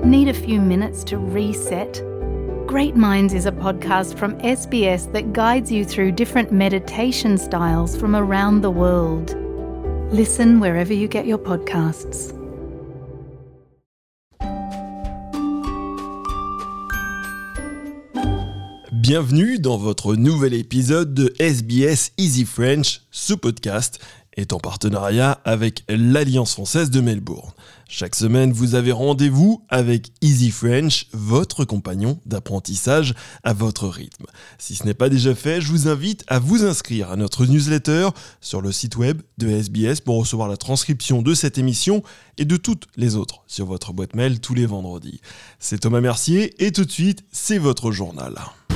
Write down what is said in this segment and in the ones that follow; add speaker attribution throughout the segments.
Speaker 1: Need a few minutes to reset? Great Minds is a podcast from SBS that guides you through different meditation styles from around the world. Listen wherever you get your podcasts.
Speaker 2: Bienvenue dans votre nouvel épisode de SBS Easy French. Ce podcast est en partenariat avec l'Alliance française de Melbourne. Chaque semaine, vous avez rendez-vous avec Easy French, votre compagnon d'apprentissage à votre rythme. Si ce n'est pas déjà fait, je vous invite à vous inscrire à notre newsletter sur le site web de SBS pour recevoir la transcription de cette émission et de toutes les autres sur votre boîte mail tous les vendredis. C'est Thomas Mercier et tout de suite, c'est votre journal.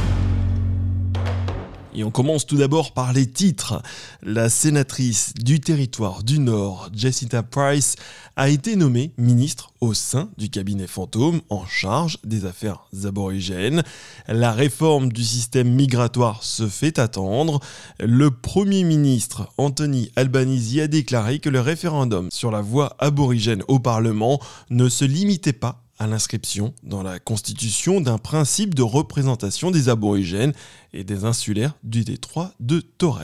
Speaker 2: Et on commence tout d'abord par les titres. La sénatrice du territoire du Nord, Jessita Price, a été nommée ministre au sein du cabinet fantôme en charge des affaires aborigènes. La réforme du système migratoire se fait attendre. Le Premier ministre Anthony Albanese a déclaré que le référendum sur la voix aborigène au Parlement ne se limitait pas à l'inscription dans la Constitution d'un principe de représentation des aborigènes et des insulaires du détroit de Torres.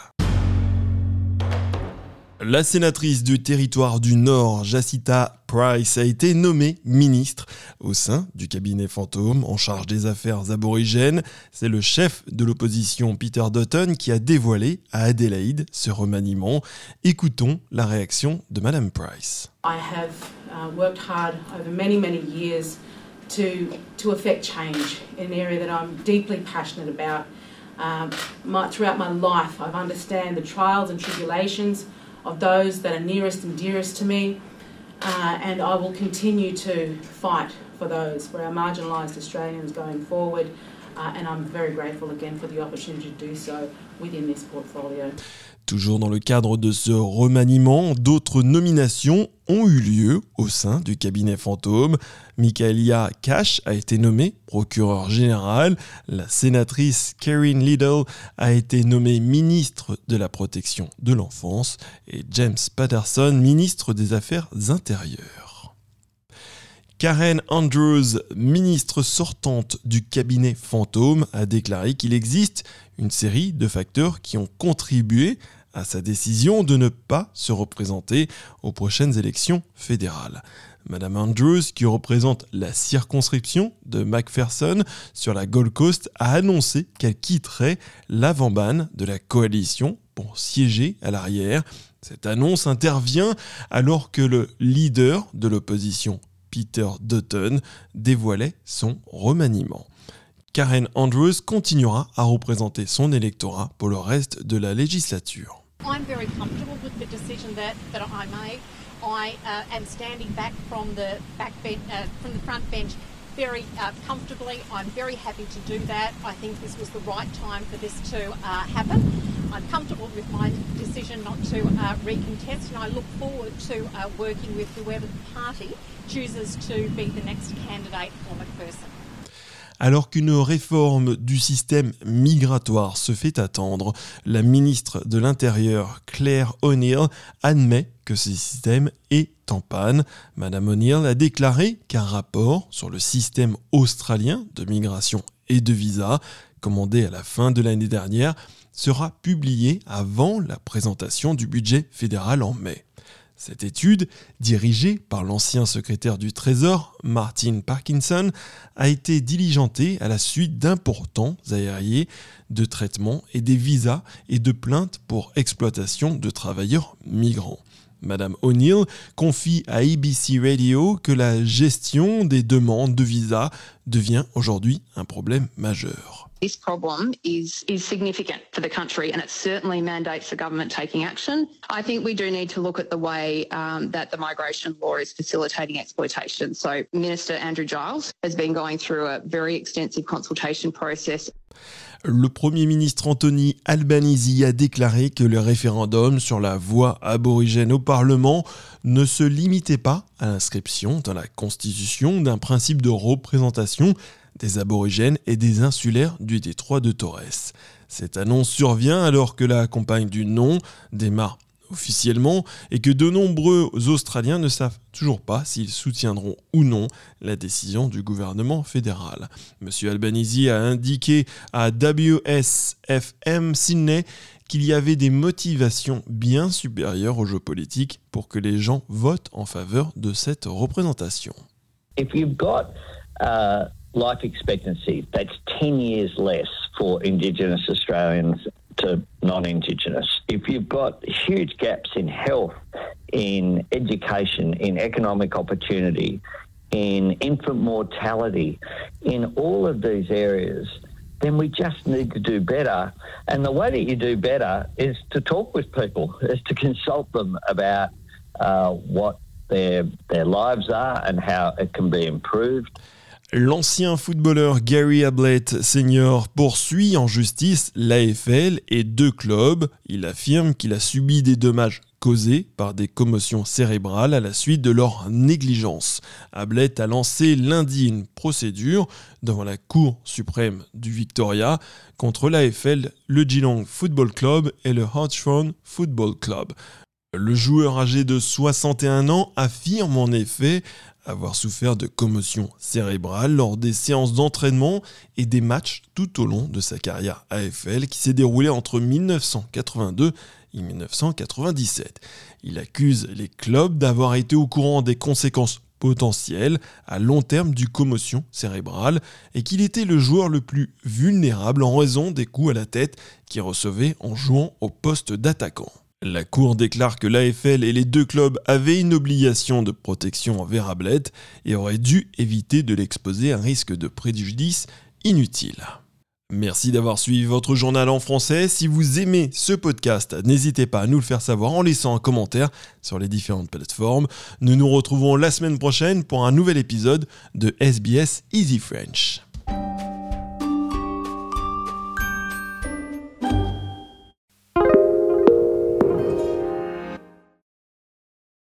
Speaker 2: La sénatrice du territoire du Nord, Jessita Price, a été nommée ministre au sein du cabinet fantôme en charge des affaires aborigènes. C'est le chef de l'opposition Peter Dutton qui a dévoilé à Adélaïde ce remaniement. Écoutons la réaction de Madame Price.
Speaker 3: I have worked hard over many years to affect change in an area that I'm deeply passionate about. Throughout my life, I've understand the trials and tribulations of those that are nearest and dearest to me, and I will continue to fight for those, for our marginalised Australians going forward, and I'm very grateful again for the opportunity to do so within this portfolio.
Speaker 2: Toujours dans le cadre de ce remaniement, d'autres nominations ont eu lieu au sein du cabinet fantôme. Michaelia Cash a été nommée procureur général. La sénatrice Karen Liddle a été nommée ministre de la protection de l'enfance et James Patterson, ministre des Affaires intérieures. Karen Andrews, ministre sortante du cabinet fantôme, a déclaré qu'il existe une série de facteurs qui ont contribué à sa décision de ne pas se représenter aux prochaines élections fédérales. Madame Andrews, qui représente la circonscription de Macpherson sur la Gold Coast, a annoncé qu'elle quitterait l'avant-ban de la coalition pour siéger à l'arrière. Cette annonce intervient alors que le leader de l'opposition, Peter Dutton, dévoilait son remaniement. Karen Andrews continuera à représenter son électorat pour le reste de la législature.
Speaker 4: I'm very comfortable with the decision that I made. I am standing back from the front bench very comfortably. I'm very happy to do that. I think this was the right time for this to happen. I'm comfortable with my decision not to recontest, and I look forward to working with whoever the party chooses to be the next candidate for Macpherson.
Speaker 2: Alors qu'une réforme du système migratoire se fait attendre, la ministre de l'Intérieur, Claire O'Neill, admet que ce système est en panne. Madame O'Neill a déclaré qu'un rapport sur le système australien de migration et de visa, commandé à la fin de l'année dernière, sera publié avant la présentation du budget fédéral en mai. Cette étude, dirigée par l'ancien secrétaire du Trésor, Martin Parkinson, a été diligentée à la suite d'importants aériers de traitement et des visas et de plaintes pour exploitation de travailleurs migrants. Madame O'Neill confie à ABC Radio que la gestion des demandes de visa devient aujourd'hui un problème majeur.
Speaker 5: This problem is significant for the country, and it certainly mandates the government taking action. I think we do need to look at the way that the migration law is facilitating exploitation. So Minister Andrew Giles has been going through a very extensive consultation process.
Speaker 2: Le Premier ministre Anthony Albanese a déclaré que le référendum sur la voix aborigène au Parlement ne se limitait pas à l'inscription dans la Constitution d'un principe de représentation des aborigènes et des insulaires du détroit de Torres. Cette annonce survient alors que la campagne du non démarre officiellement et que de nombreux Australiens ne savent toujours pas s'ils soutiendront ou non la décision du gouvernement fédéral. M. Albanese a indiqué à WSFM Sydney qu'il y avait des motivations bien supérieures aux jeux politiques pour que les gens votent en faveur de cette représentation.
Speaker 6: If you've got life expectancy, that's 10 years less for Indigenous Australians to non-Indigenous. If you've got huge gaps in health, in education, in economic opportunity, in infant mortality, in all of these areas, then we just need to do better. And the way that you do better is to talk with people, is to consult them about what their lives are and how it can be improved.
Speaker 2: L'ancien footballeur Gary Ablett Sr. poursuit en justice l'AFL et 2 clubs. Il affirme qu'il a subi des dommages causés par des commotions cérébrales à la suite de leur négligence. Ablett a lancé lundi une procédure devant la Cour suprême du Victoria contre l'AFL, le Geelong Football Club et le Hodgson Football Club. Le joueur âgé de 61 ans affirme en effet avoir souffert de commotions cérébrales lors des séances d'entraînement et des matchs tout au long de sa carrière AFL qui s'est déroulée entre 1982 et 1997. Il accuse les clubs d'avoir été au courant des conséquences potentielles à long terme du commotion cérébrale et qu'il était le joueur le plus vulnérable en raison des coups à la tête qu'il recevait en jouant au poste d'attaquant. La Cour déclare que l'AFL et les 2 clubs avaient une obligation de protection envers Ablett et auraient dû éviter de l'exposer à un risque de préjudice inutile. Merci d'avoir suivi votre journal en français. Si vous aimez ce podcast, n'hésitez pas à nous le faire savoir en laissant un commentaire sur les différentes plateformes. Nous nous retrouvons la semaine prochaine pour un nouvel épisode de SBS Easy French.